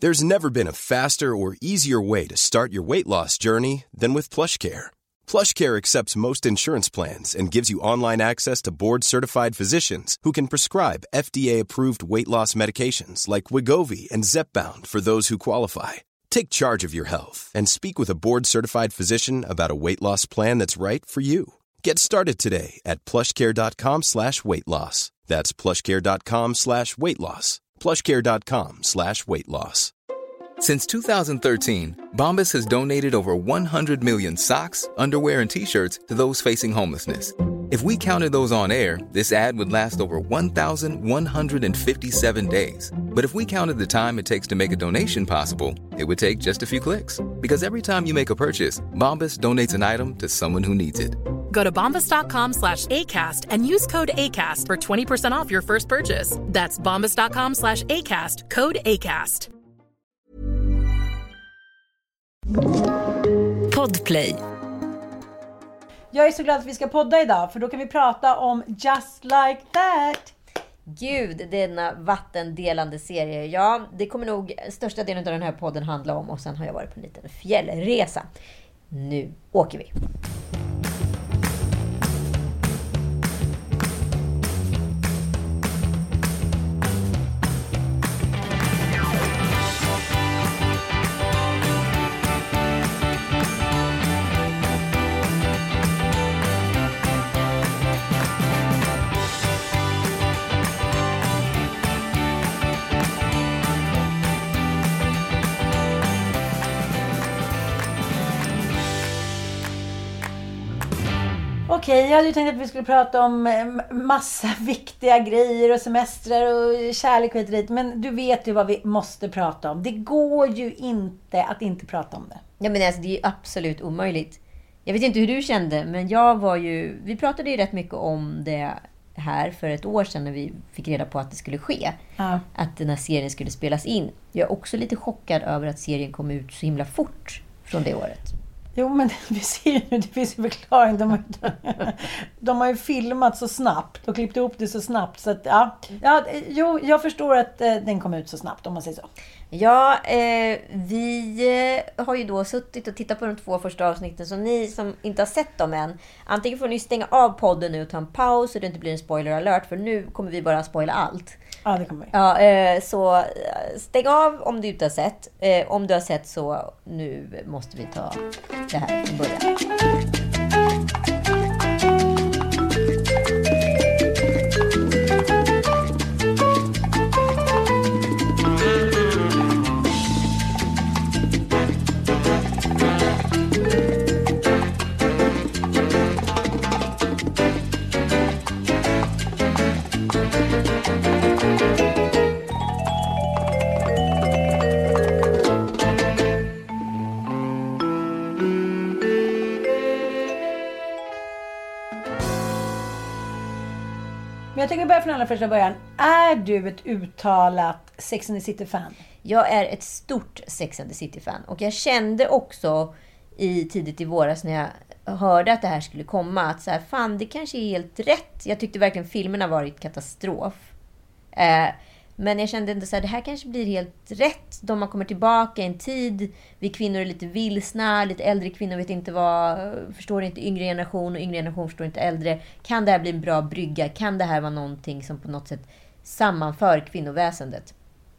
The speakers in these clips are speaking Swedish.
There's never been a faster or easier way to start your weight loss journey than with PlushCare. PlushCare accepts most insurance plans and gives you online access to board-certified physicians who can prescribe FDA-approved weight loss medications like Wegovy and Zepbound for those who qualify. Take charge of your health and speak with a board-certified physician about a weight loss plan that's right for you. Get started today at plushcare.com/weightloss. That's plushcare.com/weightloss. plushcare.com/weightloss. Since 2013, Bombas has donated over 100 million socks, underwear, and T-shirts to those facing homelessness. If we counted those on air, this ad would last over 1,157 days. But if we counted the time it takes to make a donation possible, it would take just a few clicks. Because every time you make a purchase, Bombas donates an item to someone who needs it. Go to bombas.com/ACAST and use code ACAST for 20% off your first purchase. That's bombas.com/ACAST, code ACAST. Podplay. Jag är så glad att vi ska podda idag, för då kan vi prata om Just Like That. Gud, denna vattendelande serie. Ja, det kommer nog största delen av den här podden handla om. Och sen har jag varit på en liten fjällresa. Nu åker vi. Okej, jag hade ju tänkt att vi skulle prata om massa viktiga grejer och semestrar och kärlek och dit. Men du vet ju vad vi måste prata om. Det går ju inte att inte prata om det. Ja, men alltså, det är absolut omöjligt. Jag vet inte hur du kände, men vi pratade ju rätt mycket om det här för ett år sedan när vi fick reda på att det skulle ske. Ja. Att den här serien skulle spelas in. Jag är också lite chockad över att serien kom ut så himla fort från det året. Jo, men vi ser ju, det finns ju förklaring. De har ju filmat så snabbt och klippt ihop det så snabbt. Så att, jag förstår att den kom ut så snabbt, om man säger så. Ja, vi har ju då suttit och tittat på de 2 första avsnitten. Så ni som inte har sett dem än, antingen får ni stänga av podden nu och ta en paus så det inte blir en spoiler alert. För nu kommer vi bara spoila allt. Ja, det kommer vi. Ja, så stäng av om du inte har sett. Om du har sett, så nu måste vi ta det här från början. Men jag tänker börja från allra första början. Är du ett uttalat Sex and the City-fan? Jag är ett stort Sex and the City-fan. Och jag kände också tidigt i våras när jag hörde att det här skulle komma, att så här, fan, det kanske är helt rätt. Jag tyckte verkligen filmerna varit katastrof. Men jag kände ändå så här, det här kanske blir helt rätt. De har kommit tillbaka i en tid. Vi kvinnor är lite vilsna. Lite äldre kvinnor vet inte förstår inte yngre generation. Och yngre generation förstår inte äldre. Kan det här bli en bra brygga? Kan det här vara någonting som på något sätt sammanför kvinnoväsendet?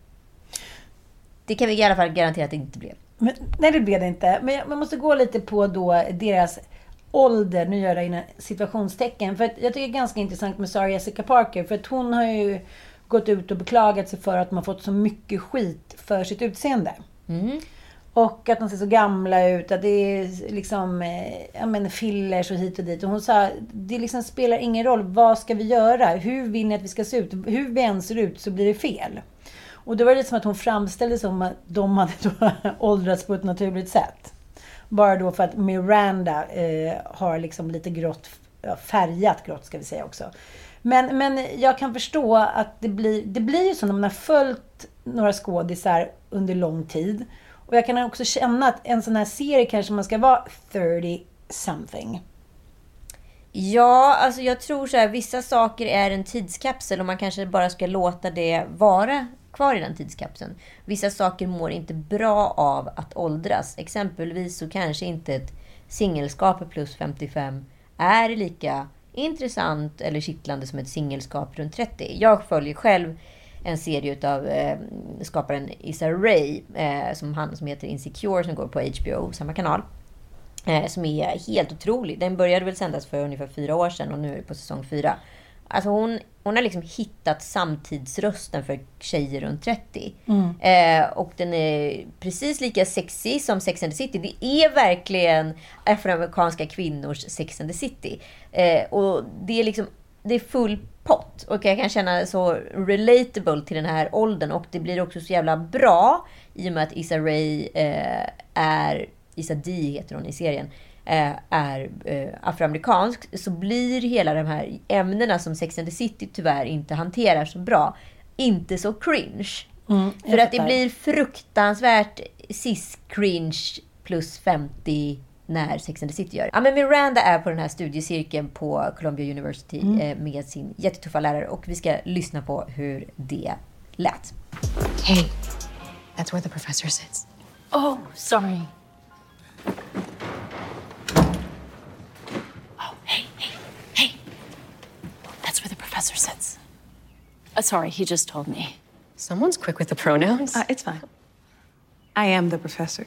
Det kan vi i alla fall garantera att det inte blev. Men, nej, det blev det inte. Men man måste gå lite på då deras ålder. Nu gör jag inga situationstecken. För att jag tycker det är ganska intressant med Sarah Jessica Parker. För att hon har ju gått ut och beklagat sig för att man fått så mycket skit för sitt utseende. Mm. Och att de ser så gamla ut. Att det är liksom fillers och hit och dit. Och hon sa, det liksom spelar ingen roll. Vad ska vi göra? Hur vill ni att vi ska se ut? Hur vi än ser ut så blir det fel. Och då var det som att hon framställde som att de hade då åldrats på ett naturligt sätt. Bara då för att Miranda har liksom lite grått, färgat grått ska vi säga också. Men jag kan förstå att det blir ju så när man har följt några skådisar under lång tid. Och jag kan också känna att en sån här serie kanske man ska vara 30-something. Ja, alltså jag tror så här, vissa saker är en tidskapsel och man kanske bara ska låta det vara kvar i den tidskapseln. Vissa saker mår inte bra av att åldras. Exempelvis så kanske inte ett singelskap plus 55 är lika intressant eller kittlande som ett singelskap runt 30. Jag följer själv en serie av skaparen Issa Rae som heter Insecure, som går på HBO, samma kanal. Som är helt otrolig. Den började väl sändas för ungefär 4 år sedan och nu är det på säsong 4. Alltså hon har liksom hittat samtidsrösten för tjejer runt 30. Och den är precis lika sexy som Sex and the City. Det är verkligen afroamerikanska kvinnors Sex and the City. Och det är liksom, det är full pott. Och jag kan känna så relatable till den här åldern. Och det blir också så jävla bra i och med att Issa Rae Issa D heter hon i serien, är afroamerikansk, så blir hela de här ämnena som Sex and the City tyvärr inte hanterar så bra inte så cringe. För att det blir fruktansvärt cis-cringe plus 50 när Sex and the City gör. Ja, men Miranda är på den här studiecirkeln på Columbia University med sin jättetuffa lärare, och vi ska lyssna på hur det lät. Hey, that's where the professor sits. Oh, sorry. Oh, hey. That's where the professor sits. Sorry, he just told me. Someone's quick with the pronouns. It's fine. I am the professor.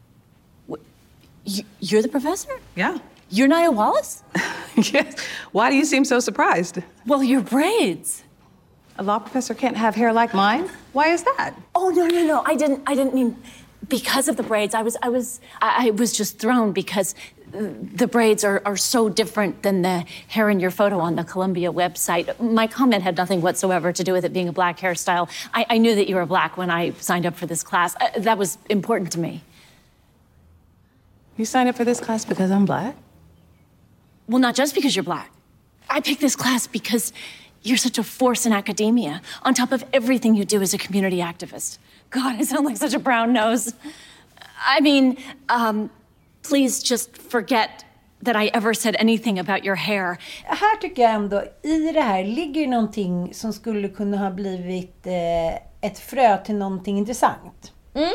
You're the professor? Yeah. You're Nia Wallace? Yes. Why do you seem so surprised? Well, your braids. A law professor can't have hair like mine? Why is that? Oh, no. I didn't mean because of the braids. I was just thrown because the braids are so different than the hair in your photo on the Columbia website. My comment had nothing whatsoever to do with it being a black hairstyle. I knew that you were black when I signed up for this class. That was important to me. You signed up for this class because I'm black? Well, not just because you're black. I picked this class because you're such a force in academia, on top of everything you do as a community activist. God, I sound like such a brown nose. I mean, please just forget that I ever said anything about your hair. Här tycker jag ändå, i det här ligger ju någonting som skulle kunna ha blivit ett frö till någonting intressant.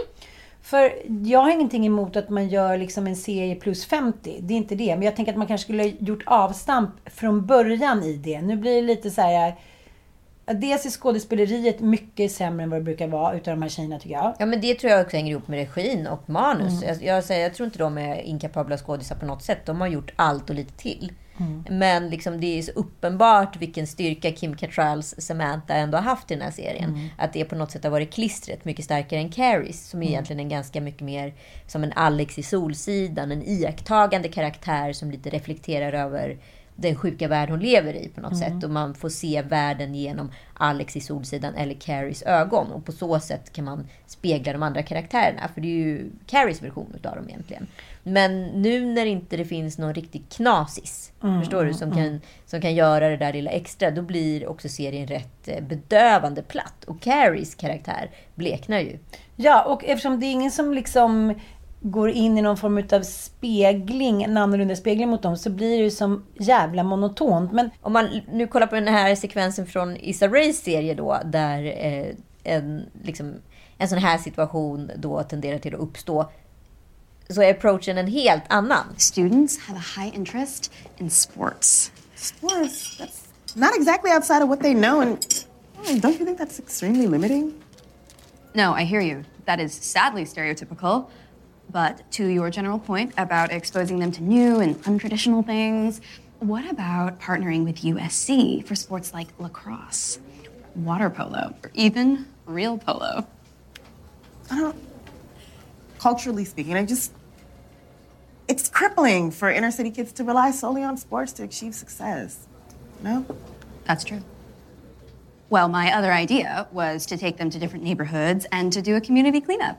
För jag har ingenting emot att man gör liksom en serie plus 50. Det är inte det. Men jag tänker att man kanske skulle ha gjort avstamp från början i det. Nu blir det lite så här. Dels är skådespeleriet mycket sämre än vad det brukar vara utav de här tjejerna, tycker jag. Ja, men det tror jag också hänger ihop med regin och manus. Jag tror inte de är inkapabla skådisar på något sätt. De har gjort allt och lite till. Men liksom, det är så uppenbart vilken styrka Kim Cattralls Samantha ändå har haft i den här serien. Att det på något sätt har varit klistret mycket starkare än Carries, som är egentligen en ganska mycket mer som en Alex i Solsidan, en iakttagande karaktär som lite reflekterar över den sjuka värld hon lever i på något sätt. Och man får se världen genom Alex i Solsidan eller Carries ögon. Och på så sätt kan man spegla de andra karaktärerna. För det är ju Carries version av dem egentligen. Men nu när inte det finns någon riktig knasis, förstår du, som kan göra det där lilla extra, då blir också serien rätt bedövande platt. Och Carries karaktär bleknar ju. Ja, och eftersom det är ingen som liksom går in i någon form av spegling, en annorlunda spegling mot dem, så blir det ju som jävla monotont. Men om man nu kollar på den här sekvensen från Issa Raes serie då, där en sån här situation då tenderar till att uppstå, så är approachen en helt annan. Students have a high interest in sports. Sports? That's not exactly outside of what they know, and don't you think that's extremely limiting? No, I hear you. That is sadly stereotypical. But to your general point about exposing them to new and untraditional things, what about partnering with USC for sports like lacrosse, water polo, or even real polo? I don't... Culturally speaking, it's crippling for inner city kids to rely solely on sports to achieve success. No? That's true. Well, my other idea was to take them to different neighborhoods and to do a community cleanup.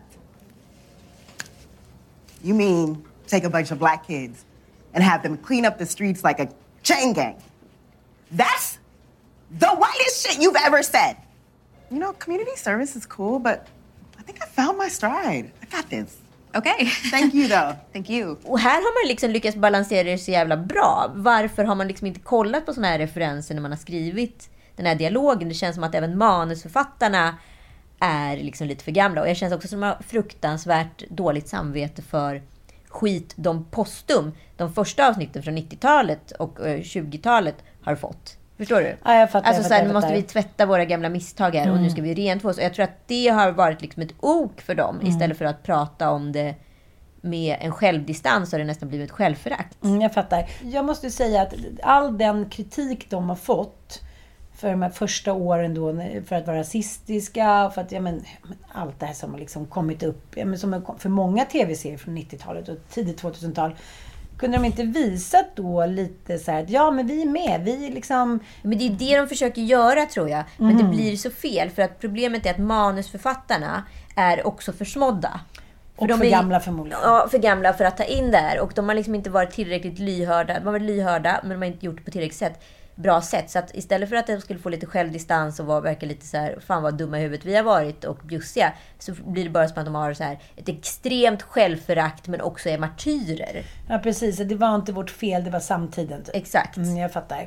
You mean take a bunch of black kids and have them clean up the streets like a chain gang? That's the whitest shit you've ever said. You know, community service is cool, but I think I found my stride. I got this. Okay. Thank you though. Thank you. Och här har man liksom lyckats balansera det så jävla bra. Varför har man liksom inte kollat på såna här referenser när man har skrivit den här dialogen? Det känns som att även manusförfattarna är liksom lite för gamla. Och jag känner också som att de har fruktansvärt dåligt samvete för skit de postum, de första avsnitten från 90-talet och 20-talet har fått. Förstår du? Ja, jag fattar. Alltså nu måste vi tvätta våra gamla misstag här och nu ska vi rentvå oss. Och jag tror att det har varit liksom ett ok för dem istället för att prata om det med en självdistans har det nästan blivit självförakt. Jag fattar. Jag måste säga att all den kritik de har fått för de här första åren då, för att vara rasistiska, för att allt det här som har liksom kommit upp, som för många tv-serier från 90-talet och tidigt 2000-tal, kunde de inte visat då lite så här att men vi är med, vi liksom... Men det är det de försöker göra, tror jag. Men det blir så fel, för att problemet är att manusförfattarna är också försmådda. Och för gamla förmodligen. Ja, för gamla för att ta in det här. Och de har liksom inte varit tillräckligt lyhörda. De har varit lyhörda, men de har inte gjort det på tillräckligt bra sätt. Så att istället för att de skulle få lite självdistans och verka lite så här, fan vad dumma i huvudet vi har varit och bjussiga, så blir det bara som att de har så här ett extremt självförakt men också är martyrer. Ja, precis. Det var inte vårt fel, det var samtiden. Typ. Exakt. Jag fattar.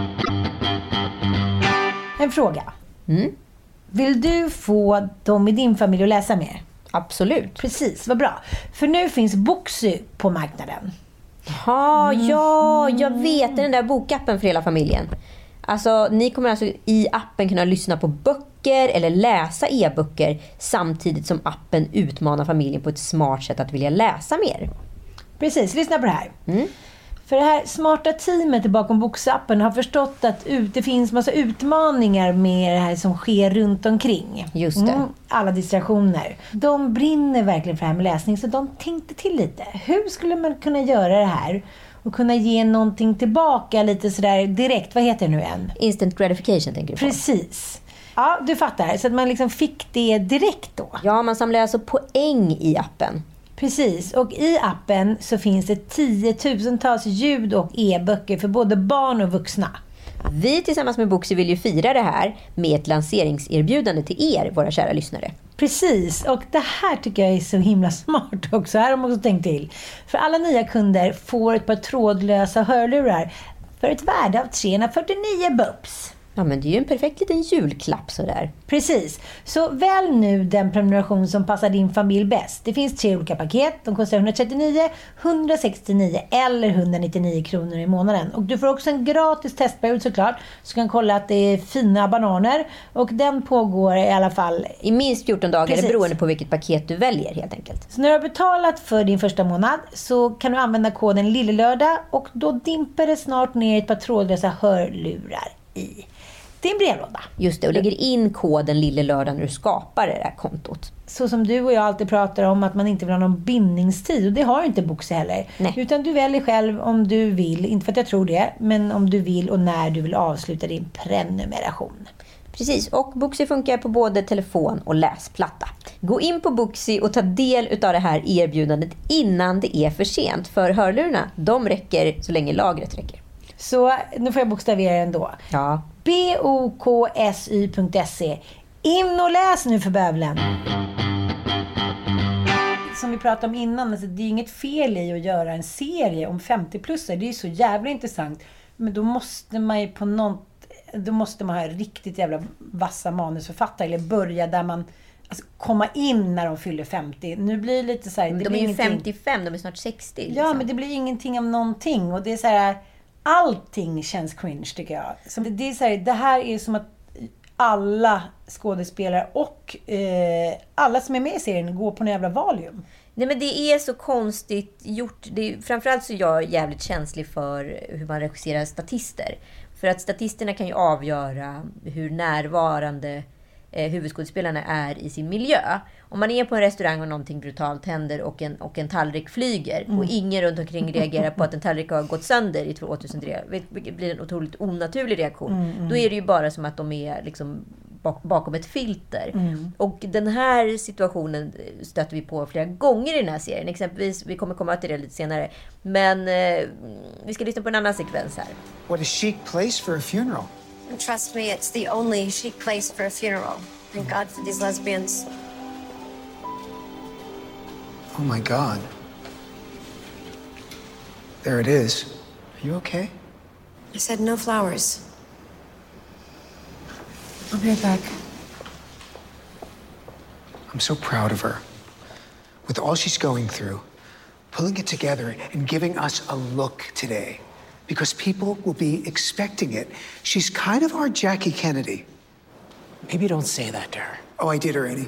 En fråga. Vill du få dem i din familj att läsa mer? Absolut. Precis, vad bra. För nu finns Booksy på marknaden. Ja, jag vet den där bokappen för hela familjen. Alltså, ni kommer alltså i appen kunna lyssna på böcker eller läsa e-böcker samtidigt som appen utmanar familjen på ett smart sätt att vilja läsa mer. Precis, lyssna på det här. För det här smarta teamet bakom Boksappen har förstått att det finns massa utmaningar med det här som sker runt omkring. Just det. Alla distraktioner. De brinner verkligen för det här med läsning, så de tänkte till lite. Hur skulle man kunna göra det här och kunna ge någonting tillbaka lite sådär direkt? Vad heter det nu än? Instant gratification tänker du på. Precis. Ja, du fattar. Så att man liksom fick det direkt då. Ja, man samlar alltså poäng i appen. Precis, och i appen så finns det 10,000-tals ljud- och e-böcker för både barn och vuxna. Vi tillsammans med Booksy vill ju fira det här med ett lanseringserbjudande till er, våra kära lyssnare. Precis, och det här tycker jag är så himla smart också. Här har man också tänkt till. För alla nya kunder får ett par trådlösa hörlurar för ett värde av 349 bups. Ja, men det är ju en perfekt liten julklapp sådär. Precis. Så välj nu den prenumeration som passar din familj bäst. Det finns 3 olika paket. De kostar 139, 169 eller 199 kronor i månaden. Och du får också en gratis testperiod såklart. Så du kan kolla att det är fina bananer. Och den pågår i alla fall i minst 14 dagar. Precis. Beroende på vilket paket du väljer helt enkelt. Så när du har betalat för din första månad så kan du använda koden Lillelördag. Och då dimper det snart ner ett par trådlösa hörlurar i din brevlåda. Just det, och lägger in koden Lillelördag när du skapar det där kontot. Så som du och jag alltid pratar om att man inte vill ha någon bindningstid. Och det har inte Booksy heller. Nej. Utan du väljer själv om du vill, inte för att jag tror det, men om du vill och när du vill avsluta din prenumeration. Precis, och Booksy funkar på både telefon och läsplatta. Gå in på Booksy och ta del av det här erbjudandet innan det är för sent. För hörlurarna, de räcker så länge lagret räcker. Så nu får jag bokstavera ändå. Ja. boksy.se. In och läs nu för bövlen. Som vi pratade om innan, alltså det är inget fel i att göra en serie om 50-plussare. Det är ju så jävla intressant. Men då måste man ju då måste man ha riktigt jävla vassa manusförfattare. Eller börja där man komma in när de fyller 50. Nu blir det lite så här, de är ju 55, de är snart 60. Liksom. Ja, men det blir ingenting av någonting. Och det är så här, allting känns cringe tycker jag. Så det är så här, det här är som att alla skådespelare och alla som är med i serien går på en jävla valium. Nej, men det är så konstigt gjort. Framförallt så är jag jävligt känslig för hur man regisserar statister. För att statisterna kan ju avgöra hur närvarande huvudskådespelarna är i sin miljö. Om man är på en restaurang och någonting brutalt händer och en tallrik flyger och ingen runt omkring reagerar på att en tallrik har gått sönder i 2003, det blir en otroligt onaturlig reaktion. Då är det ju bara som att de är liksom bakom ett filter. Och den här situationen stöter vi på flera gånger i den här serien. Exempelvis, vi kommer komma till det lite senare. Men vi ska lyssna på en annan sekvens här. What a chic place for a funeral. Trust me, it's the only chic place for a funeral. Thank God for these lesbians. Oh my God. There it is. Are you okay? I said no flowers. I'll be right back. so proud of her. With all she's going through, pulling it together and giving us a look today. Because people will be expecting it. She's kind of our Jackie Kennedy. Maybe don't say that to her. Oh, I did already.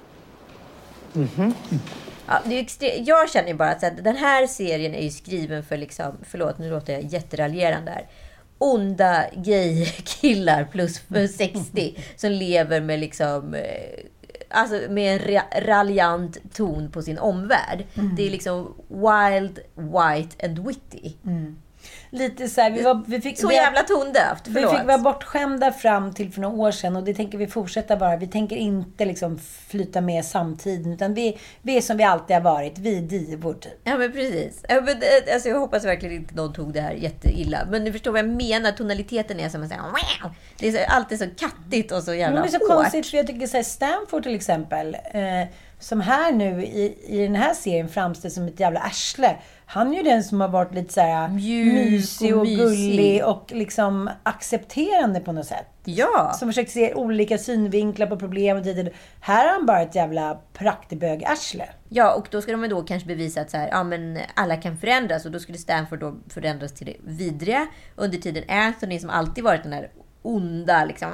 Ja, det är jag känner ju bara att den här serien är ju skriven för liksom, förlåt nu låter jag jätteraljerande där, onda gay-killar plus 60 som lever med liksom alltså med en raljant ton på sin omvärld. Det är liksom wild, white and witty. Lite så här, vi fick så jävla tondövt. Vi fick vara bortskämda fram till för några år sedan och det tänker vi fortsätta vara. Vi tänker inte liksom flyta med samtiden utan vi är som vi alltid har varit. Vi är divor typ. Ja men precis. Alltså, jag hoppas verkligen inte någon tog det här jätteilla. Men du förstår vad jag menar. Tonaliteten är som att säga wow. Det är alltid så kattigt och så jävla hårt. Det är så konstigt för jag tycker så här, Stanford till exempel som här nu i den här serien framställs som ett jävla arsle. Han är ju den som har varit lite så här mysig och gullig och liksom accepterande på något sätt. Ja. Som försöker se olika synvinklar på problem och tid. Här är han bara ett jävla praktibög-arsle. Ja, och då ska de då kanske bevisa att så här, ja, men alla kan förändras. Och då skulle Stanford då förändras till det vidriga. Under tiden Anthony som alltid varit den där onda liksom,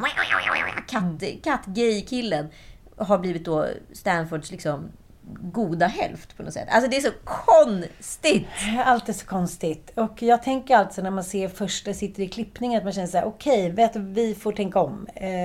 katt-gay-killen har blivit då Stanfords liksom goda hälft på något sätt. Alltså det är så konstigt. Allt är så konstigt. Och jag tänker alltså när man ser första sitter i klippningen att man känner så här: okej, vet du, vi får tänka om.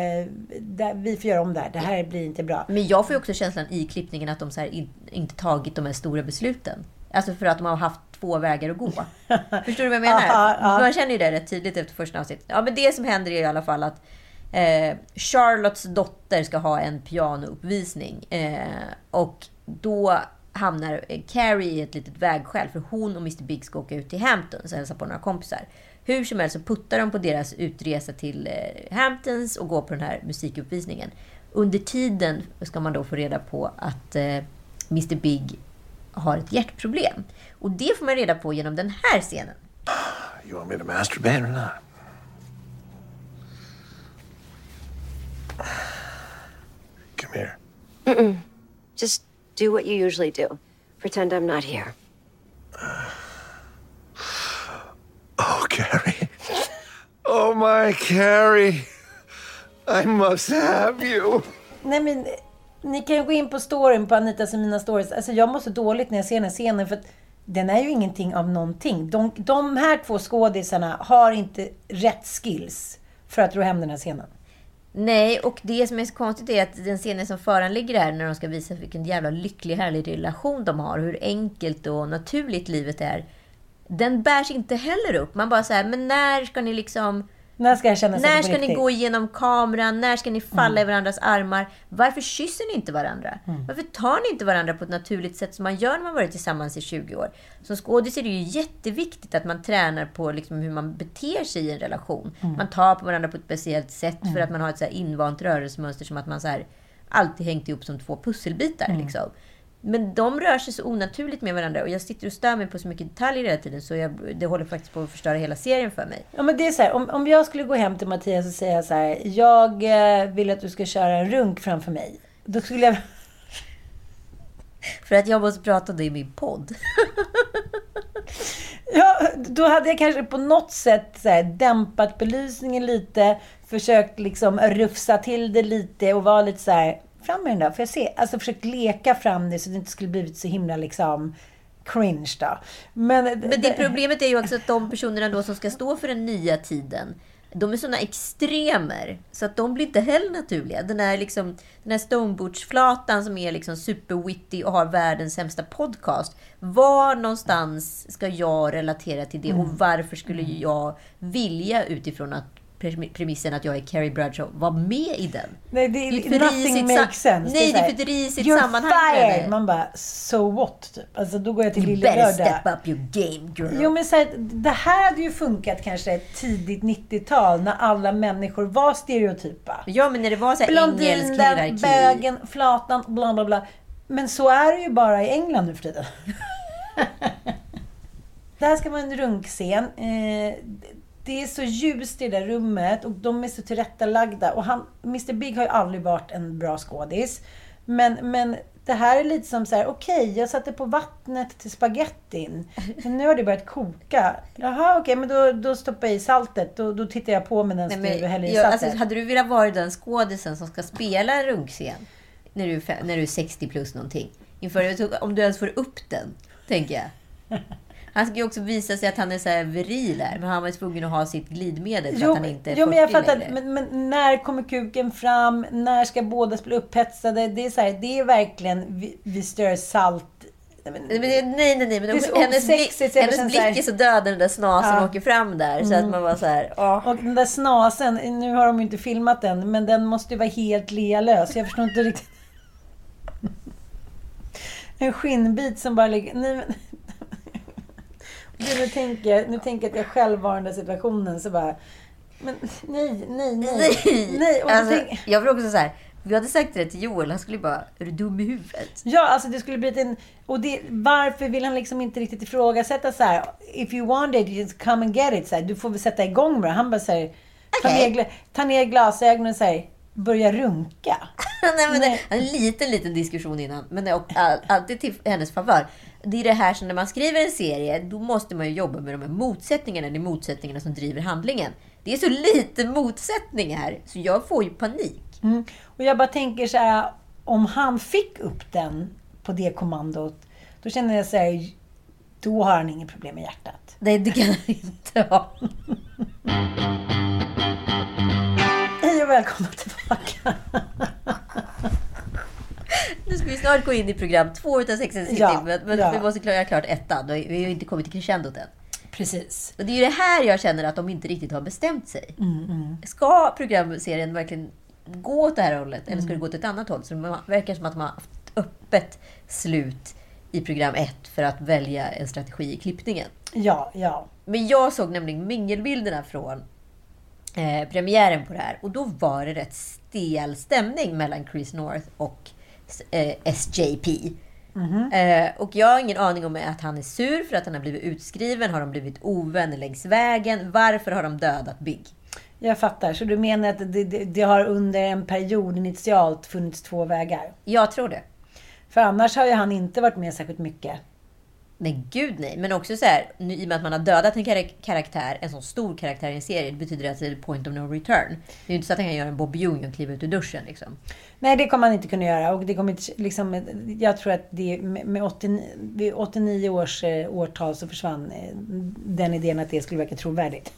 Vi får göra om det här. Det här blir inte bra. Men jag får ju också känslan i klippningen att de så här inte tagit de här stora besluten. Alltså för att de har haft 2 vägar att gå. Förstår du vad jag menar? Man känner ju det rätt tydligt efter första avsnittet. Ja, men det som händer är i alla fall att Charlottes dotter ska ha en pianouppvisning. Och då hamnar Carrie i ett litet vägskäl för hon och Mr. Big ska åka ut till Hamptons och hälsa på några kompisar. Hur som helst så puttar de på deras utresa till Hamptons och går på den här musikuppvisningen. Under tiden ska man då få reda på att Mr. Big har ett hjärtproblem. Och det får man reda på genom den här scenen. You want me to masturbate or not? Come here. Mm-mm. Just do what you usually do. Pretend I'm not here. Oh, Carrie. Oh, my Carrie. I must have you. Nej, men ni kan ju gå in på storyn på Anitas och mina stories. Alltså jag mår så dåligt när jag ser den här scenen för att den är ju ingenting av någonting. De här 2 skådisarna har inte rätt skills för att ro hem den här scenen. Nej, och det som är så konstigt är att den scenen som föranligger här när de ska visa vilken jävla lycklig, härlig relation de har, hur enkelt och naturligt livet är, den bärs inte heller upp. Man bara säger, men när ska ni liksom... När ska jag känna sig när på ska riktigt? ni gå igenom kameran? När ska ni falla i varandras armar? Varför kysser ni inte varandra? Varför tar ni inte varandra på ett naturligt sätt som man gör när man varit tillsammans i 20 år? Som skådis är det ju jätteviktigt att man tränar på liksom hur man beter sig i en relation. Man tar på varandra på ett speciellt sätt för att man har ett så här invant rörelsemönster som att man så här alltid hängt ihop som 2 pusselbitar liksom. Men de rör sig så onaturligt med varandra och jag sitter och stör mig på så mycket detaljer hela tiden så det håller faktiskt på att förstöra hela serien för mig. Ja, men det är så här, om jag skulle gå hem till Mattias och säga så här: jag vill att du ska köra en runk framför mig. Då skulle jag... För att jag måste prata om det i min podd. Ja, då hade jag kanske på något sätt så här, dämpat belysningen lite, försökt liksom rufsa till det lite och vara lite så här, fram med den där, för jag se, alltså försökt leka fram det så det inte skulle blivit så himla liksom cringe då. Men det problemet är ju också att de personerna då som ska stå för den nya tiden, de är såna extremer så att de blir inte heller naturliga. Den här Stonebutch-flatan som är liksom superwitty och har världens sämsta podcast. Var någonstans ska jag relatera till det och varför skulle jag vilja utifrån att premissen att jag är Carrie Bradshaw var med i den? Nej, det är nothing makes sense. Nej, det är för ett risigt you're sammanhang. Fired. Man bara, so what? Typ. Alltså, då går jag till You Lilla better Lördag. step up your game, girl. Jo, men så här, det här hade ju funkat kanske tidigt 90-tal när alla människor var stereotypa. Ja, men när det var så här engelsk hierarki. bögen, flatan, bla bla bla. Men så är det ju bara i England nu för tiden. Där ska man en runkscen. Det är så ljust i det där rummet och de är så tillrättalagda. Och Mr. Big har ju aldrig varit en bra skådis. Men det här är lite som så här: okej, jag satte på vattnet till spagettin. Men nu har det börjat koka. Jaha, okej, men då stoppar jag i saltet. Då tittar jag på med den du häller i saltet. Alltså, hade du velat vara den skådisen som ska spela en runkscen när du är 60 plus någonting? Om du ens får upp den, tänker jag. Han ska ju också visa sig att han är så här viril där, men han var tvungen att ha sitt glidmedel för att han inte är 40 men jag fattar, längre. Men när kommer kuken fram? När ska båda bli upphetsade? Det är så här, det är verkligen vi stör salt. Nej, men hennes blick är så död när den där snasen åker fram där, så att man var så här, Och den där snasen, nu har de ju inte filmat den, men den måste ju vara helt lealös. Jag förstår inte riktigt. En skinnbit som bara ligger... Nu tänker jag att jag själv var i den där situationen, så bara... Men nej. Och alltså, jag vill också så här... Vi hade sagt det till Joel, han skulle bara, är du dum i huvudet? Ja, alltså det skulle bli en... Och varför vill han liksom inte riktigt ifrågasätta så här: if you want it, just come and get it. Så här, du får väl sätta igång med det. Han bara säger, ta ner glasögonen och säger, börja runka. Nej. En liten diskussion innan, men det är alltid till hennes favör. Det är det här som när man skriver en serie, då måste man ju jobba med de här motsättningarna. Det är motsättningarna som driver handlingen. Det är så lite motsättningar här, så jag får ju panik. Och jag bara tänker så här, om han fick upp den på det kommandot, då känner jag så här, då har han ingen problem med hjärtat. Nej, det kan han inte ha. Hej och välkomna tillbaka. Nu ska vi snart gå in i program 2 utav Sex and the City, men vi måste klara klart 1. Vi har ju inte kommit till crescendot än. Precis. Och det är ju det här jag känner att de inte riktigt har bestämt sig. Ska programserien verkligen gå åt det här hållet, eller ska det gå till ett annat håll? Så det verkar som att man har haft öppet slut i program 1 för att välja en strategi i klippningen. Ja. Men jag såg nämligen mingelbilderna från premiären på det här, och då var det rätt stel stämning mellan Chris North och SJP. Och jag har ingen aning om att han är sur för att han har blivit utskriven. Har de blivit ovänner längs vägen? Varför har de dödat Big? Jag fattar. Så du menar att det har under en period initialt funnits 2 vägar? Jag tror det. För annars har ju han inte varit med särskilt mycket. Nej, gud nej. Men också så här, i och med att man har dödat en karaktär, en sån stor karaktär i en serie, det betyder att det är point of no return. Det är ju inte så att han kan göra en Bobby Ewing och kliva ut ur duschen liksom. Nej, det kommer han inte kunna göra. Och det kommer inte, liksom, jag tror att det med 89 års årtal så försvann den idén att det skulle verka trovärdigt.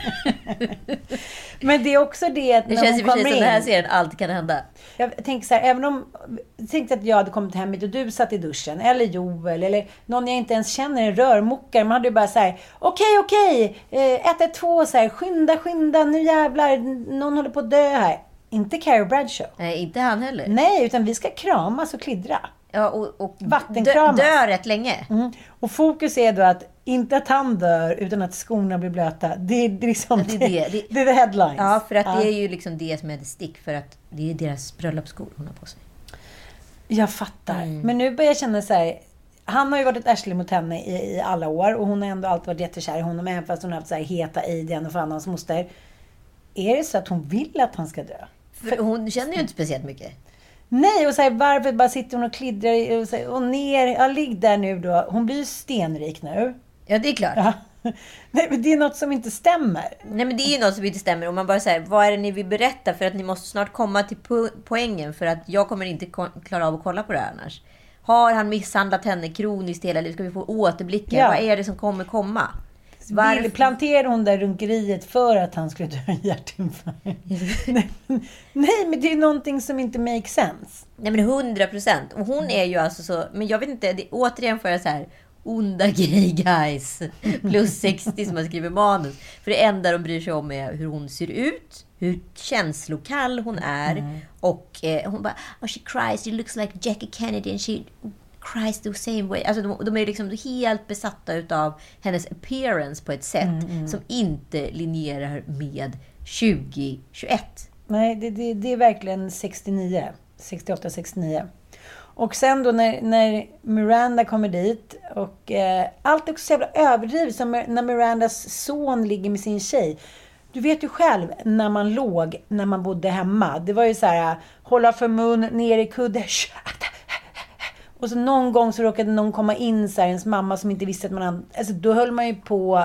Men det är också det att det känns ju precis som den här serien allt kan hända. Jag tänker så här, även om tänkte att jag hade kommit hem hit och du satt i duschen, eller Joel, eller någon jag inte ens känner, en rörmokare, man hade ju bara så här: okej, 112, så här, skynda, nu jävlar, någon håller på att dö här. Inte Carrie Bradshaw. Nej, inte han heller. Nej, utan vi ska kramas och kliddra. Ja, och vattenkramas. Dö rätt länge. Och fokus är då att inte att han dör, utan att skorna blir blöta. Det är liksom det är the headlines. Ja, för att det är ju liksom det som är det stick, för att det är deras bröllopsskor hon har på sig. Jag fattar. Men nu börjar jag känna så här, han har ju varit ett arsle mot henne i alla år, och hon har ändå alltid varit jättekär i honom, även fast hon har haft så här heta Aiden och fan hans moster. Är det så att hon vill att han ska dö? För hon känner ju inte speciellt mycket. Nej, och så här, varför bara sitter hon och kliddrar och ner, ja, ligg där nu då. Hon blir ju stenrik nu. Ja, det är klart. Ja. Nej, men det är något som inte stämmer. Nej, men det är ju något som inte stämmer. Och man bara säger, vad är det ni vill berätta? För att ni måste snart komma till poängen. För att jag kommer inte klara av att kolla på det här annars. Har han misshandlat henne kroniskt hela livet? Ska vi få återblickar? Ja. Vad är det som kommer komma? Planterade hon där runkeriet för att han skulle dö en hjärtinfarkt? Nej, men det är någonting som inte makes sense. Nej, men 100%. Och hon är ju alltså så... Men jag vet inte, återigen får jag så här... onda gay guys plus 60 som har skrivit manus. För det enda de bryr sig om är hur hon ser ut, hur känslokall hon är. Och hon bara, oh, she cries, she looks like Jackie Kennedy and she cries the same way. Alltså de är liksom helt besatta utav hennes appearance på ett sätt som inte linjerar med 2021. Nej, det är verkligen 68-69. Och sen då när Miranda kommer dit, och allt är också så jävla överdrivet, som när Mirandas son ligger med sin tjej. Du vet ju själv när man låg, när man bodde hemma. Det var ju så här, hålla för mun, ner i kudde. Och så någon gång så råkade någon komma in så här, ens mamma som inte visste att man... Alltså då höll man ju på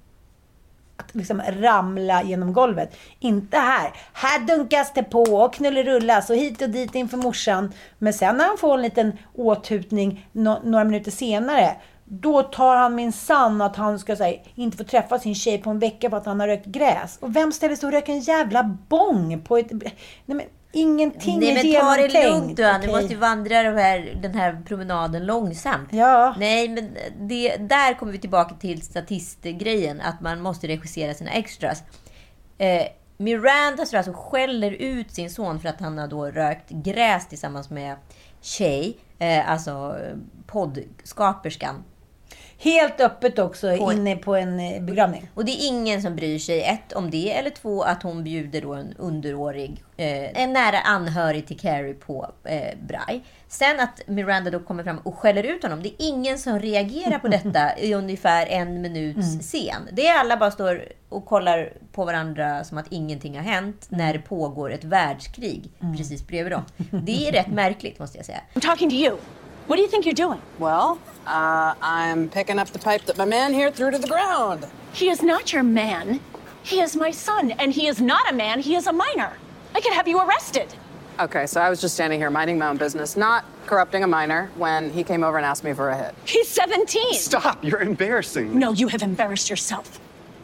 att liksom ramla genom golvet. Inte här. Här dunkas det på och knullerullas och hit och dit inför morsan. Men sen när han får en liten åthutning några minuter senare, då tar han min sann att han ska säga inte få träffa sin tjej på en vecka för att han har rökt gräs. Och vem ställer sig och röker en jävla bång på ett... Nej men ingenting är genomtänkt. Nej men ta det lugnt du. Du måste ju vandra den här promenaden långsamt. Ja. Nej men där kommer vi tillbaka till statistgrejen. Att man måste regissera sina extras. Miranda så alltså skäller ut sin son för att han har då rökt gräs tillsammans med tjej. Alltså poddskaperskan. Helt öppet också inne på en begravning. Och det är ingen som bryr sig, 1 om det, eller 2 att hon bjuder då en underårig, en nära anhörig till Carrie på braj. Sen att Miranda då kommer fram och skäller ut honom. Det är ingen som reagerar på detta i ungefär 1 minuts scen. Det är alla bara står och kollar på varandra som att ingenting har hänt när det pågår ett världskrig precis bredvid dem. Det är rätt märkligt måste jag säga. I'm talking to you. What do you think you're doing? Well, I'm picking up the pipe that my man here threw to the ground. He is not your man. He is my son, and he is not a man. He is a minor. I could have you arrested. Okay, so I was just standing here minding my own business, not corrupting a minor, when he came over and asked me for a hit. He's 17. Stop, you're embarrassing. No, you have embarrassed yourself.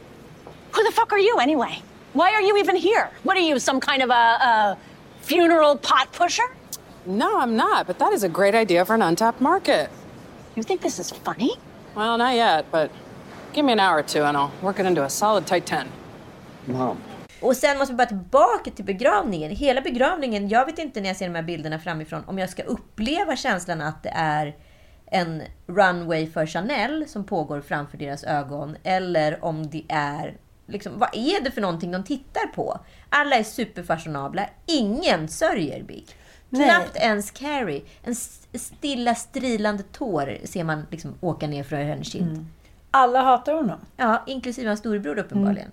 Who the fuck are you, anyway? Why are you even here? What are you, some kind of a funeral pot pusher? No, I'm not, but that is a great idea for an untapped market. You think this is funny? Well, not yet, but give me an hour or two and I'll work it into a solid tight 10. Mom. Och sen måste vi bara tillbaka till begravningen. Hela begravningen, jag vet inte när jag ser de här bilderna framifrån om jag ska uppleva känslan att det är en runway för Chanel som pågår framför deras ögon, eller om det är liksom, vad är det för någonting de tittar på? Alla är superfashionabla, ingen sörjer Big. Knappt ens Carrie. En stilla strilande tår ser man liksom åka ner från hennes kind. Alla hatar honom. Ja, inklusive hans storebror uppenbarligen.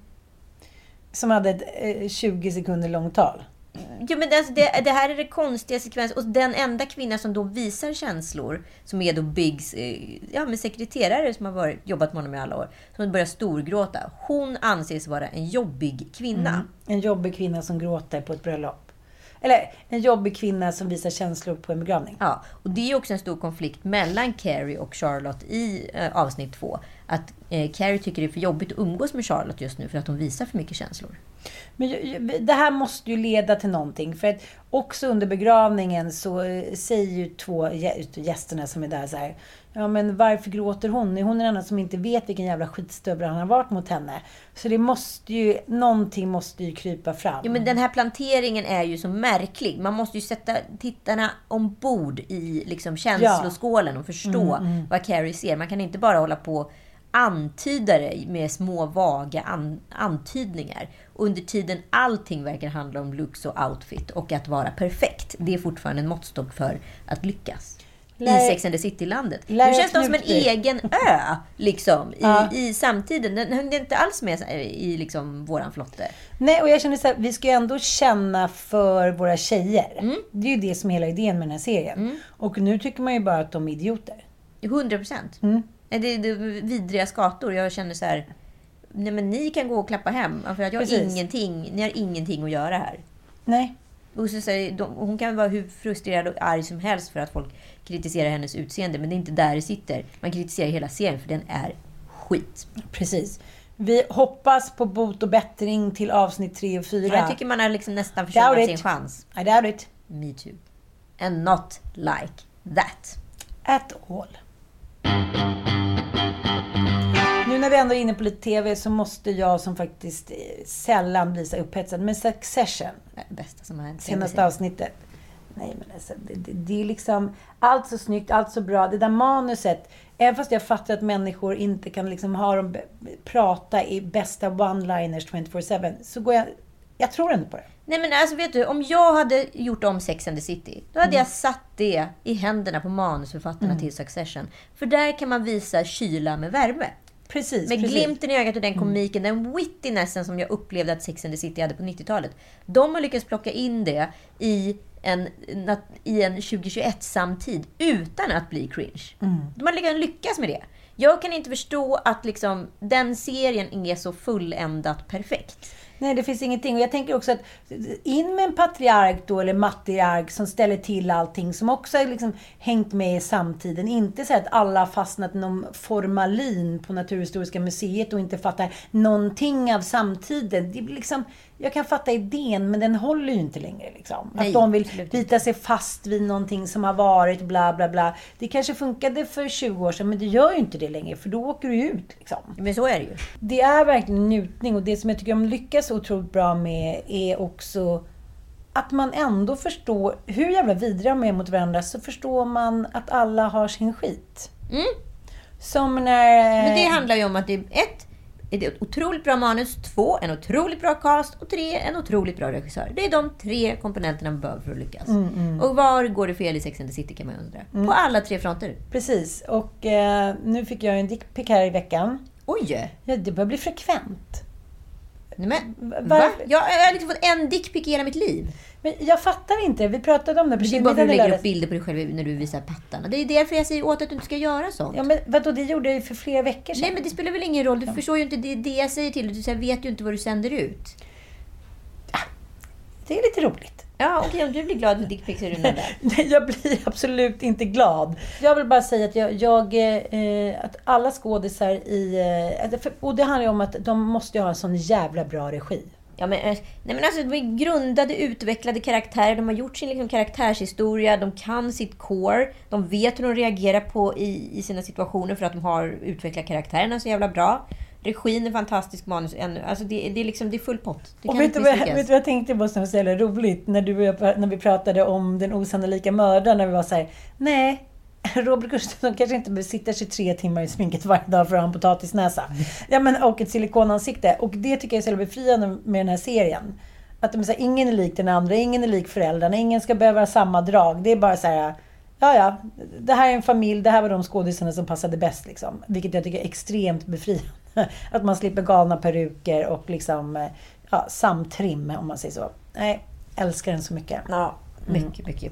Som hade ett 20 sekunder långt tal. Jo, men alltså det här är det konstiga sekvens. Och den enda kvinna som då visar känslor, som är då Biggs sekreterare som har jobbat med honom i alla år, som börjar storgråta. Hon anses vara en jobbig kvinna. En jobbig kvinna som gråter på ett bröllop. Eller en jobbig kvinna som visar känslor på en begravning. Ja, och det är också en stor konflikt mellan Carrie och Charlotte i avsnitt 2. Att Carrie tycker det är för jobbigt att umgås med Charlotte just nu för att hon visar för mycket känslor. Men det här måste ju leda till någonting. För att också under begravningen så säger ju 2 gästerna som är där så här: ja men varför gråter hon? Hon är den enda som inte vet vilken jävla skitstövel han har varit mot henne. Så det måste ju, någonting måste ju krypa fram. Ja, men den här planteringen är ju så märklig. Man måste ju sätta tittarna ombord i liksom känsloskålen och förstå vad Carrie ser. Man kan inte bara hålla på antydare med små vaga antydningar. Och under tiden allting verkar handla om looks och outfit och att vara perfekt. Det är fortfarande en måttstock för att lyckas. I Sex and the City-landet. Nu känns de som en egen ö liksom, i samtiden. Den hängde inte alls med i liksom, våran flotte. Nej, och jag känner så här, vi ska ju ändå känna för våra tjejer. Det är ju det som är hela idén med den här serien. Och nu tycker man ju bara att de är idioter. 100%. Det är vidriga skator. Jag känner så här, nej men ni kan gå och klappa hem. För att jag har ni har ingenting att göra här. Nej. Och så säger, hon kan vara hur frustrerad och arg som helst för att folk kritiserar hennes utseende. Men det är inte där det sitter. Man kritiserar hela serien för den är skit. Precis. Vi hoppas på bot och bättring till avsnitt 3 och 4. Jag tycker man har liksom nästan försummat sin chans. I doubt it. Me too. And not like that. At all. Nu när vi ändå är inne på lite tv så måste jag som faktiskt sällan bli så upphetsad med Succession. Det bästa som har hänt. Senaste avsnittet. Nej men alltså, det är liksom allt så snyggt, allt så bra. Det där manuset, även fast jag fattar att människor inte kan liksom ha dem prata i bästa one-liners 24/7, så går jag tror ändå på det. Nej men alltså vet du, om jag hade gjort om Sex and the City, då hade jag satt det i händerna på manusförfattarna till Succession. För där kan man visa kyla med värme. Precis. Med glimten i ögat och den komiken, den wittinessen som jag upplevde att Sex and the City hade på 90-talet. De har lyckats plocka in det i en 2021-samtid utan att bli cringe. De har lyckats med det. Jag kan inte förstå att liksom, den serien är så fulländat perfekt. Nej, det finns ingenting. Och jag tänker också att in med en patriark då, eller matriark som ställer till allting, som också har liksom hängt med i samtiden. Inte så att alla har fastnat i någon formalin på Naturhistoriska museet och inte fattar någonting av samtiden. Det blir liksom, jag kan fatta idén, men den håller ju inte längre. Liksom. Nej, att de vill bita sig fast vid någonting som har varit, bla bla bla. Det kanske funkade för 20 år sedan, men det gör ju inte det längre, för då åker du ut. Liksom. Men så är det ju. Det är verkligen en njutning, och det som jag tycker de lyckas otroligt bra med är också att man ändå förstår hur jävla vidriga de är mot varandra, så förstår man att alla har sin skit. Som när... Men det handlar ju om att det är ett otroligt bra manus, 2, en otroligt bra cast och 3, en otroligt bra regissör. Det är de 3 komponenterna man behöver för att lyckas. Och var går det fel i Sex and the City, kan man undra. På alla 3 fronter. Precis, och nu fick jag en dickpic här i veckan. Oj! Ja, det börjar bli frekvent. Nej, men, va? Jag har liksom fått en dickpic i hela mitt liv. Men jag fattar inte, vi pratade om det. Det är bara för att du lägger upp bilder på dig själv när du visar pattarna. Det är därför jag säger åt att du inte ska göra sånt. Ja, men vadå, det gjorde jag ju för flera veckor sedan. Nej, men det spelar väl ingen roll. Du förstår ju inte det jag säger till dig. Du vet ju inte vad du sänder ut. Det är lite roligt. Ja, okej, om du blir glad med dickpics är du nöjd där. Nej, jag blir absolut inte glad. Jag vill bara säga att att alla skådisar och det handlar ju om att de måste ha en sån jävla bra regi. Ja, men alltså, de är grundade, utvecklade karaktärer. De har gjort sin liksom karaktärshistoria. De kan sitt core. De vet hur de reagerar på i sina situationer för att de har utvecklat karaktärerna så jävla bra. Regin är fantastisk, manus ännu. Alltså det är full pott. Det och vet du vad jag tänkte på som var så jävla roligt? När vi pratade om den osannolika mördaren. När vi var så här: nej, Robert Gustafsson kanske inte behöver sitta 23 timmar i sminket varje dag för att ha en potatisnäsa. Ja, men, och ett silikonansikte. Och det tycker jag är så befriande med den här serien. Att de säger, ingen är lik den andra, ingen är lik föräldrarna, ingen ska behöva ha samma drag. Det är bara så här: ja, det här är en familj, det här var de skådisarna som passade bäst. Liksom. Vilket jag tycker är extremt befriande. Att man slipper galna peruker och liksom, samtrim, om man säger så. Nej, älskar den så mycket. Ja, mycket.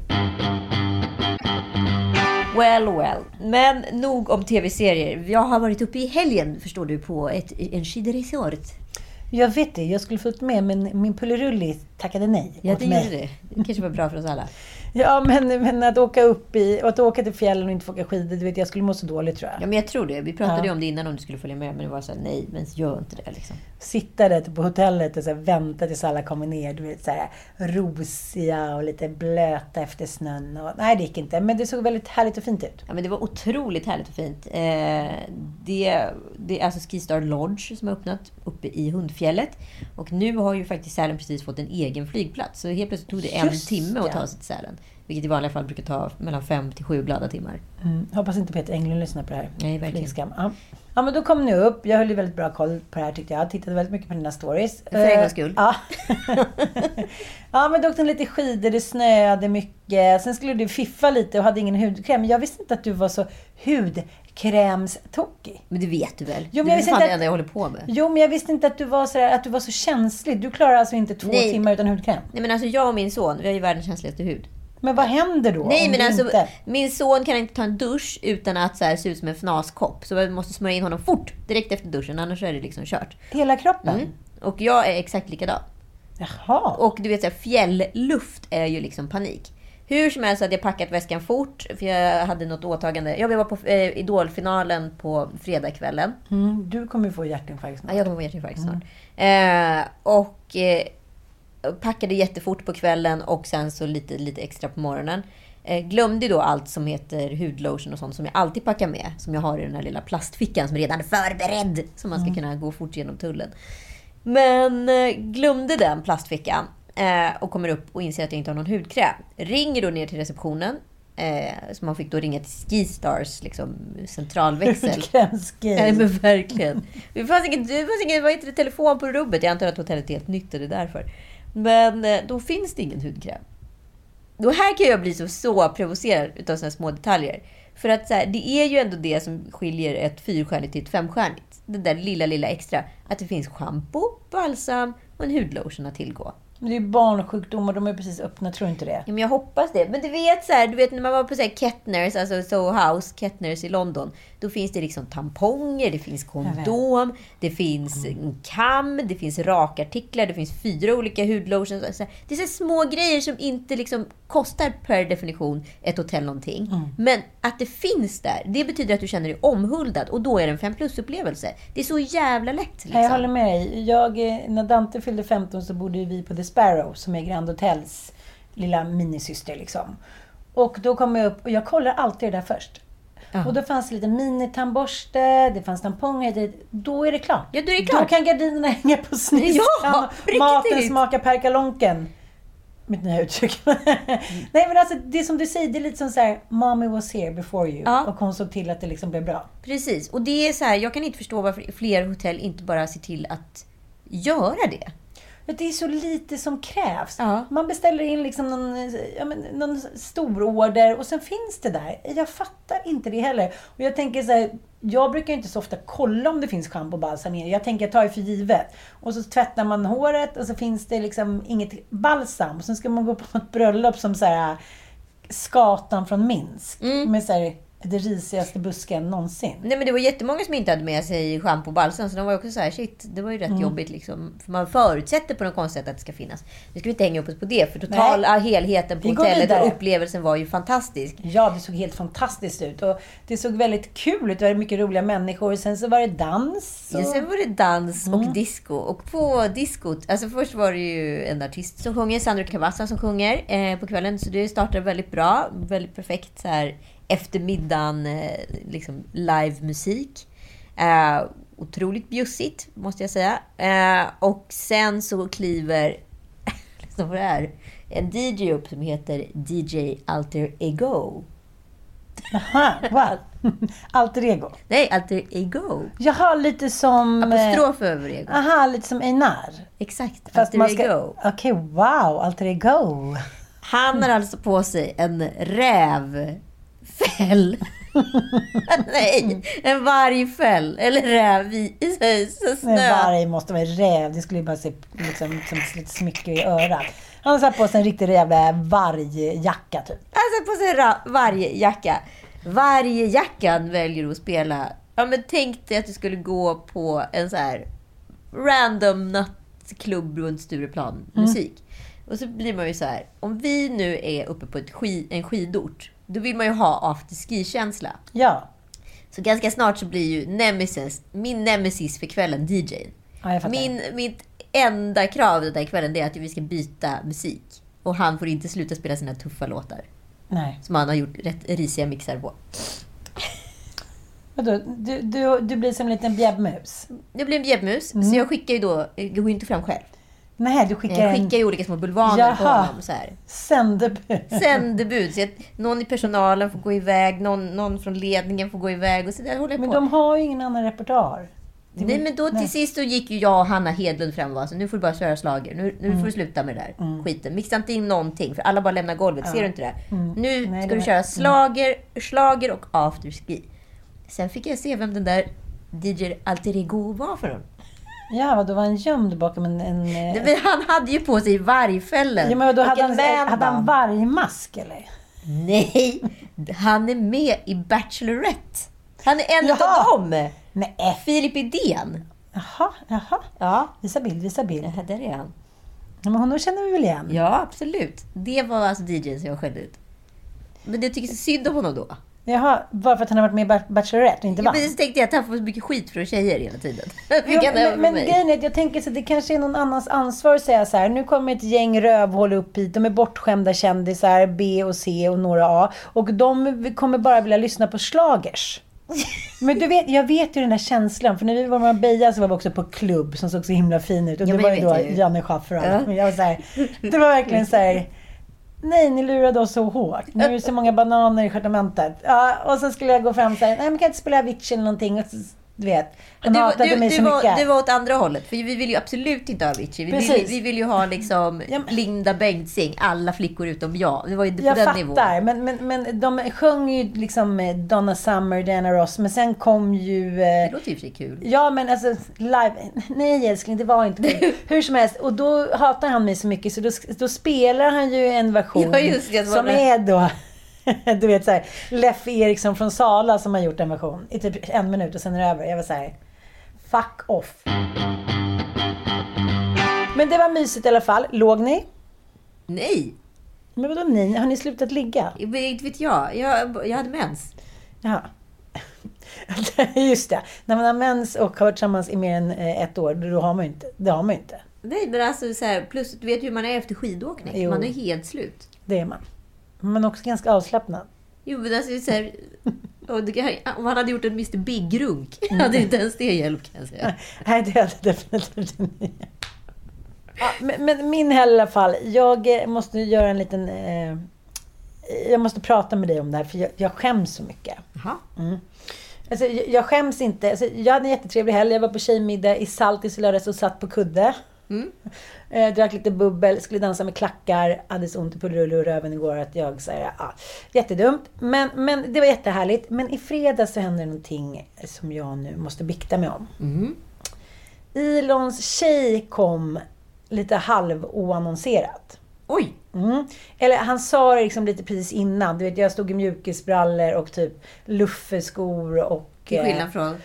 Well. Men nog om tv-serier. Jag har varit uppe i helgen, förstår du, på en skidresort. Jag vet det, jag skulle fått med, men min pullerulli tackade nej. Ja, det gjorde det. Det kanske var bra för oss alla. Ja, men att åka till fjällen och inte få åka skidor, du vet, jag skulle må så dåligt, tror jag. Ja, men jag tror det. Vi pratade ju om det innan, om du skulle följa med, men det var så här: nej, men gör inte det liksom. Sitta där på hotellet och så här, vänta tills alla kommer ner, du vet, så här rosiga och lite blöta efter snön. Och, nej, det gick inte, men det såg väldigt härligt och fint ut. Ja, men det var otroligt härligt och fint. Det är alltså Skistar Lodge som har öppnat uppe i Hundfjället. Och nu har ju faktiskt Sälen precis fått en egen flygplats. Så helt plötsligt tog det en timme att ta sig till Sälen. Vilket i vanliga fall brukar ta mellan 5 till 7 glada timmar. Hoppas inte Peter Englund lyssnar på det här. Nej, verkligen. Ja, men då kom ni upp. Jag höll ju väldigt bra koll på det här, tyckte jag. Jag tittade väldigt mycket på dina stories. För en gångs skull. Ja. Ja, men då åkte lite skidor, det snöade mycket. Sen skulle du fiffa lite och hade ingen hudkräm. Jag visste inte att du var så hudkrämstokig. Men det vet du väl? Jo, men det är fan det enda jag håller på med. Jo, men jag visste inte att du var så känslig. Du klarar alltså inte 2 timmar utan hudkräm. Nej, men alltså jag och min son, vi har ju världens känsligaste hud. Men vad händer då? Nej, men alltså min son kan inte ta en dusch utan att så här, se ut som en fnaskopp. Så vi måste smörja in honom fort direkt efter duschen, annars är det liksom kört. Hela kroppen? Och jag är exakt likadan. Jaha. Och du vet, så här, fjällluft är ju liksom panik. Hur som helst hade jag packat väskan fort, för jag hade något åtagande. Jag var på Idolfinalen på fredagskvällen. Du kommer få hjärtinfarkt snart. Ja, jag kommer få hjärtinfarkt snart. Och packade jättefort på kvällen och sen så lite extra på morgonen. Glömde då allt som heter hudlotion och sånt som jag alltid packar med. Som jag har i den här lilla plastfickan som är redan förberedd. Som man ska kunna gå fort genom tullen. Men glömde den plastfickan. Och kommer upp och inser att jag inte har någon hudkräm. Ringer då ner till receptionen. Så man fick då ringa till Skistars liksom, centralväxel. Hudkrämsgrej. Men verkligen. Det fanns ingen vad heter det, telefon på rubbet. Jag antar att hotellet är helt nytt, det är därför. Men då finns det ingen hudkräm. Då här kan jag bli så provocerad utav såna små detaljer. För att så här, det är ju ändå det som skiljer ett 4-stjärnigt till ett 5-stjärnigt. Det där lilla extra. Att det finns shampoo, balsam och en hudlotion att tillgå. Men det är barnsjukdomar, de är precis öppna, tror inte det? Ja, men jag hoppas det. Men du vet när man var på så här Kettners, alltså Soho House, Kettners i London. Då finns det liksom tamponger, det finns kondom, det finns en kam, det finns rakartiklar, det finns 4 olika hudlotions. Det är så små grejer som inte liksom kostar per definition ett hotell någonting. Men att det finns där, det betyder att du känner dig omhuldad. Och då är det en 5+-upplevelse. Det är så jävla lätt. Liksom. Jag håller med dig. När Dante fyllde 15 så bodde vi på The Sparrow, som är Grand Hotels lilla minisyster liksom. Och då kom jag upp, och jag kollar alltid det där först. Och då fanns det lite minitandborste, det fanns tamponger, då är det klart. Ja, då är det klart. Då kan gardinerna hänga på sniskan. Ja, maten smakar perkalonken. Mitt nya uttryck. Nej, men alltså, det som du säger, det är lite som så här: Mommy was here before you. Och hon såg till att det liksom blev bra. Precis, och det är så här, jag kan inte förstå varför fler hotell inte bara ser till att göra det. Det är så lite som krävs. Man beställer in liksom någon stor order och sen finns det där. Jag fattar inte det heller. Och jag tänker så här, jag brukar inte så ofta kolla om det finns shampoo och balsam ner. Jag tänker, jag tar det för givet. Och så tvättar man håret och så finns det liksom inget balsam. Och sen ska man gå på ett bröllop som så här skatan från Minsk. Med så här, det risigaste busken någonsin. Nej, men det var jättemånga som inte hade med sig shampoo och balsam. Så de var också så här, shit, det var ju rätt jobbigt liksom. För man förutsätter på något konstigt att det ska finnas. Vi ska inte hänga upp oss på det. För totala helheten på hotellet och upplevelsen var ju fantastisk. Ja, det såg helt fantastiskt ut. Och det såg väldigt kul ut. Det var mycket roliga människor. Och sen så var det dans. Ja, sen var det dans och disco. Och på diskot, alltså först var det ju en artist som sjunger, Sandro Cavazza som sjunger på kvällen. Så det startade väldigt bra. Väldigt perfekt så här eftermiddagen, liksom live-musik. Otroligt bjussigt, måste jag säga. Och sen så kliver liksom vad det är, en DJ upp som heter DJ Alter Ego. Aha, wow. Alter Ego? Nej, Alter Ego. Jaha, lite som... apostrof över ego. Aha, lite som Einar. Exakt, fast Alter Ego. Okej, wow, Alter Ego. Han har alltså på sig en rävfäll. Nej, en vargfäll. Eller räv i snö. Men varg måste vara räv. Det skulle ju bara se liksom, som lite smycke i örat. Han har satt på sig en riktig jävla vargjacka typ. Han har satt på sig en vargjacka. Vargjackan väljer att spela. Ja, men tänk dig att du skulle gå på en så här random nattklubb runt Stureplan musik. Och så blir man ju så här, om vi nu är uppe på en skidort, då vill man ju ha afterski-känsla. Ja. Så ganska snart så blir ju min nemesis för kvällen DJ:n. Ja, jag fattar. Mitt enda krav den där kvällen, det är att vi ska byta musik. Och han får inte sluta spela sina tuffa låtar. Nej. Som han har gjort rätt risiga mixar på. Vadå? Du blir som en liten bjäbbmus? Jag blir en bjäbbmus, så jag skickar ju då, jag går inte fram själv. Nej, du skickar ju olika små bulvaner på honom. Så här. Sändebud. Så att någon i personalen får gå iväg, någon från ledningen får gå iväg. Och så där håller jag men på. De har ju ingen annan repertoar. Nej, men då till sist så gick ju jag och Hanna Hedlund fram och var så, nu får du bara köra slager. Nu får du sluta med det där skiten. Mixa inte in någonting, för alla bara lämnar golvet. Ser du inte det? Nu ska du köra slager och afterski. Sen fick jag se vem den där DJ Alter Ego var för någon. Ja, då var han gömd bakom en... Men han hade ju på sig vargfällen. Ja, men då hade han vargmask, eller? Nej, han är med i Bachelorette. Han är en av dem. Nej. Filip Idén. Jaha. Ja. Visa bild. Ja, där är han. Ja, men honom känner vi väl igen? Ja, absolut. Det var alltså DJ:n som jag skällde ut. Men det tycker så synd om honom då. Jaha, bara för att han har varit med i Bachelorette och inte vann. Men så tänkte jag att han får så mycket skit för tjejer hela tiden. Men grejen är att jag tänker så att det kanske är någon annans ansvar att säga så här: nu kommer ett gäng rövhål upp hit, de är bortskämda kändisar, B och C och några A, och de kommer bara vilja lyssna på slagers. Men du vet, jag vet ju den där känslan, för när vi var med Beja så var vi också på klubb som såg så himla fin ut, och det var ju då Janne Schaffer och allt. Men jag var så här, det var verkligen så här: nej, ni lurade oss så hårt. Nu är det så många bananer i stjärtamentet. Ja, och så skulle jag gå fram och säga, nej, men kan jag inte spela Avicii eller någonting? Och så Du vet, han hatade mig så mycket. Det var åt andra hållet. För vi vill ju absolut inte ha Avicii. Vi vill ju ha liksom Linda Bengtzing. Alla flickor utom jag. Det var ju på den nivån. Jag fattar. Men de sjöng ju liksom Donna Summer, Diana Ross. Men sen kom ju... Det låter ju kul. Ja, men alltså live... Nej, älskling, det var inte kul. Hur som helst. Och då hatar han mig så mycket. Så då spelar han ju en version som är då... Du vet såhär, Leffe Eriksson från Sala som har gjort en version i typ 1 minut och sen är det över. Jag var såhär, fuck off. Men det var mysigt i alla fall. Låg ni? Nej. Men vadå ni? Har ni slutat ligga? Inte vet jag. Jag hade mens. Ja. Just det. När man har mens och har varit tillsammans i mer än 1 år, då har man ju inte. Det har man ju inte. Nej, men alltså såhär, plus du vet hur man är efter skidåkning. Jo. Man är helt slut. Det är man. Men också ganska avslappnad. Jo, men alltså så här, om han hade gjort en Mr. Big-runk hade inte ens det hjälpt, kan jag säga. Nej, det hade definitivt inte. Ja, men min i alla fall. Jag måste göra en liten... jag måste prata med dig om det här, för jag skäms så mycket. Jaha. Alltså, jag skäms inte. Alltså, jag hade en jättetrevlig helg. Jag var på tjejmiddag i Saltis i lördags och satt på kudde. Drack lite bubbel, skulle dansa med klackar, hade så ont i pullerulle och röven igår att jag säger jättedumt, men det var jättehärligt. Men i fredags så hände någonting som jag nu måste bikta mig om. Ilons tjej kom lite halv oannonserat. Oj! Eller han sa det liksom lite precis innan. Du vet, jag stod i mjukisbrallor och typ luffeskor och... Till skillnad från...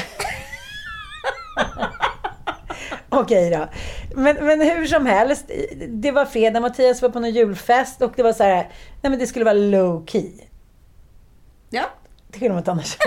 Okej då. Men hur som helst, det var fredag, Mattias var på någon julfest och det var så här, nej men det skulle vara low key. Ja. Det skulle man inte annars.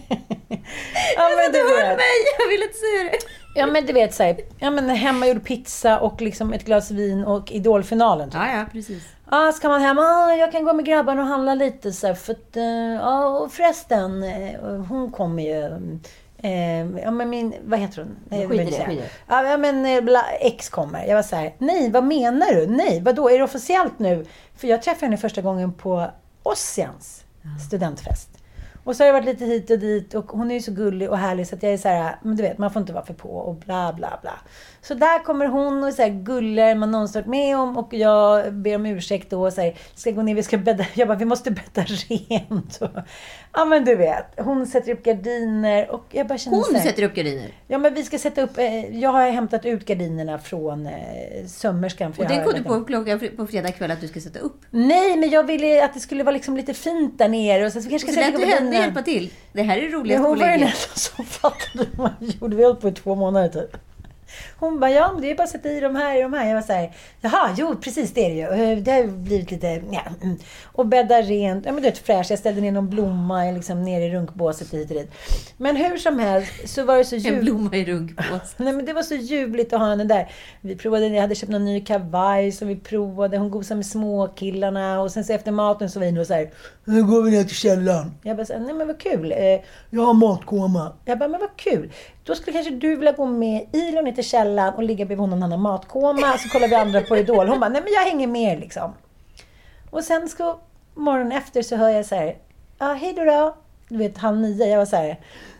Du hörde mig, jag ville inte säga det. Ja men du vet så här, ja men hemmagjord pizza och liksom ett glas vin och idolfinalen. Typ. Ja, precis. Ja, ska man hem? Jag kan gå med grabbarna och handla lite så här, för att, och förresten, hon kommer ju... ja men min, vad heter hon? Ja men ex kommer. Jag var så här, nej vad menar du? Nej, vadå? Är det officiellt nu? För jag träffade henne första gången på Ossians studentfest. Och så har det varit lite hit och dit och hon är ju så gullig och härlig så att jag är så här, men du vet, man får inte vara för på och bla bla bla. Så där kommer hon och så här guller man någonsin varit med om och jag ber om ursäkt då och säger, ska gå ner, vi ska bädda, jag bara, vi måste bädda rent. Och, ja men du vet, hon sätter upp gardiner och jag bara känner hon så här, sätter upp gardiner? Ja men vi ska sätta upp, jag har hämtat ut gardinerna från sömmerskan. Och den kom du på klockan på fredag kväll att du ska sätta upp? Nej, men jag ville att det skulle vara liksom lite fint där nere och så vi kanske ska sätta upp gardinerna. Hjälpa till. Det här är roligt. Hon var ju nästan som fattade vad man gjorde. Vi höll på i 2 månader typ. Hon bara, ja men det är bara att sätta i de här. Jag var så här, jaha, jo precis det är det ju. Det har blivit lite, ja. Och bädda rent, ja men det är fräscht. Jag ställde ner någon blomma liksom ner i runkbåset hit och dit. Men hur som helst så var det så ljuvligt. En blomma i runkbåset. Nej men det var så ljuvligt att ha henne där. Vi provade, jag hade köpt någon ny kavaj som vi provade. Hon gosade med småkillarna. Och sen så efter maten så var vi så här, nu går vi ner till källaren. Jag bara, nej men vad kul. Jag har matkoma. Jag bara, men vad kul. Då skulle kanske du vilja gå med Ilon ner till källaren och ligga bredvid honom när han har matkoma. Så kollar vi andra på Idol. Hon bara, nej men jag hänger med liksom. Och sen ska morgonen efter så hör jag så här, ja hej då. Du vet, 8:30. Jag var så här,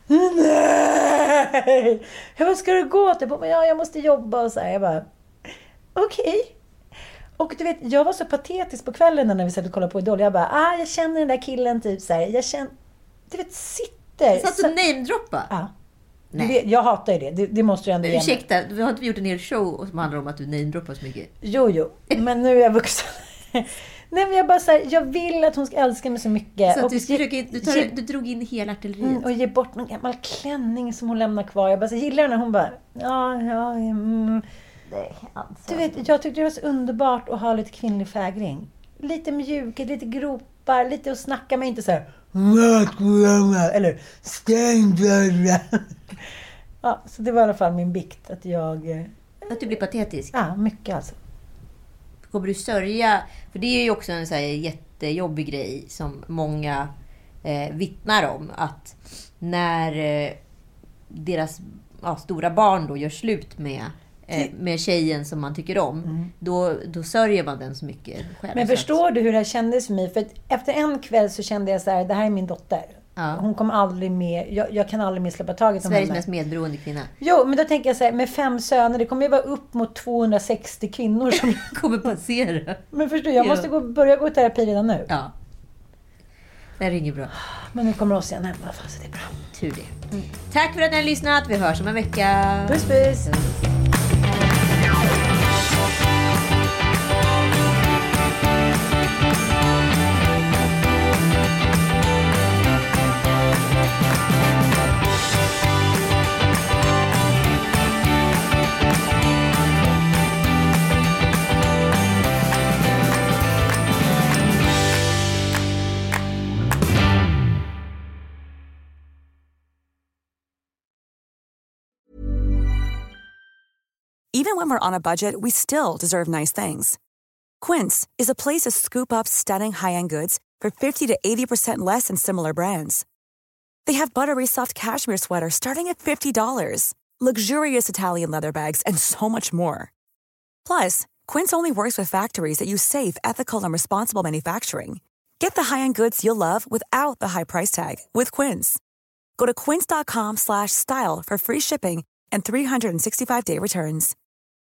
nej. Hur ska du gå? Typ, ja, jag måste jobba och så här. Jag bara, okej. Och du vet, jag var så patetisk på kvällen när vi satt och kollade på Idol. Jag bara, jag känner den där killen typ så här. Jag känner, du vet, sitter. Satt du namedroppa? Ja. Nej. Jag hatar ju det måste du ändå ge. Ursäkta, vi har inte gjort en hel show som handlar om att du namedroppar så mycket. Jo, men nu är jag vuxen. Nej, men jag bara så här, jag vill att hon ska älska mig så mycket. Så att du drog in hela artilleriet. Och ge bort någon gammal klänning som hon lämnar kvar. Jag bara så gillar henne. Hon bara, Nej, alltså. Du vet, jag tyckte det var så underbart att ha lite kvinnlig fägring. Lite mjukhet, lite gropar, lite att snacka med, inte så här. Eller stäng dörren. Ja, så det var i alla fall min bikt att att du blir patetisk. Ja, mycket alltså. Kommer du sörja? För det är ju också en så här jättejobbig grej som många vittnar om. Att när deras stora barn då gör slut med tjejen som man tycker om, då sörjer man den så mycket själv. Men förstår du hur det här kändes för mig? För efter en kväll så kände jag så här, det här är min dotter. Hon kommer aldrig mer... Jag kan aldrig mer släppa taget om Sveriges henne. mest medberoende kvinna. Jo, men då tänker jag så här, med 5 söner, det kommer ju vara upp mot 260 kvinnor som kommer passera. Men förstår jag måste börja gå i terapi redan nu. Ja. Det är inget bra. Men nu kommer oss igen hem i alla fall, så det är bra. Tur det. Tack för att ni har lyssnat. Vi hörs om en vecka. Puss, puss. Even when we're on a budget, we still deserve nice things. Quince is a place to scoop up stunning high-end goods for 50 to 80% less than similar brands. They have buttery soft cashmere sweaters starting at $50, luxurious Italian leather bags, and so much more. Plus, Quince only works with factories that use safe, ethical, and responsible manufacturing. Get the high-end goods you'll love without the high price tag with Quince. Go to quince.com/style for free shipping and 365-day returns.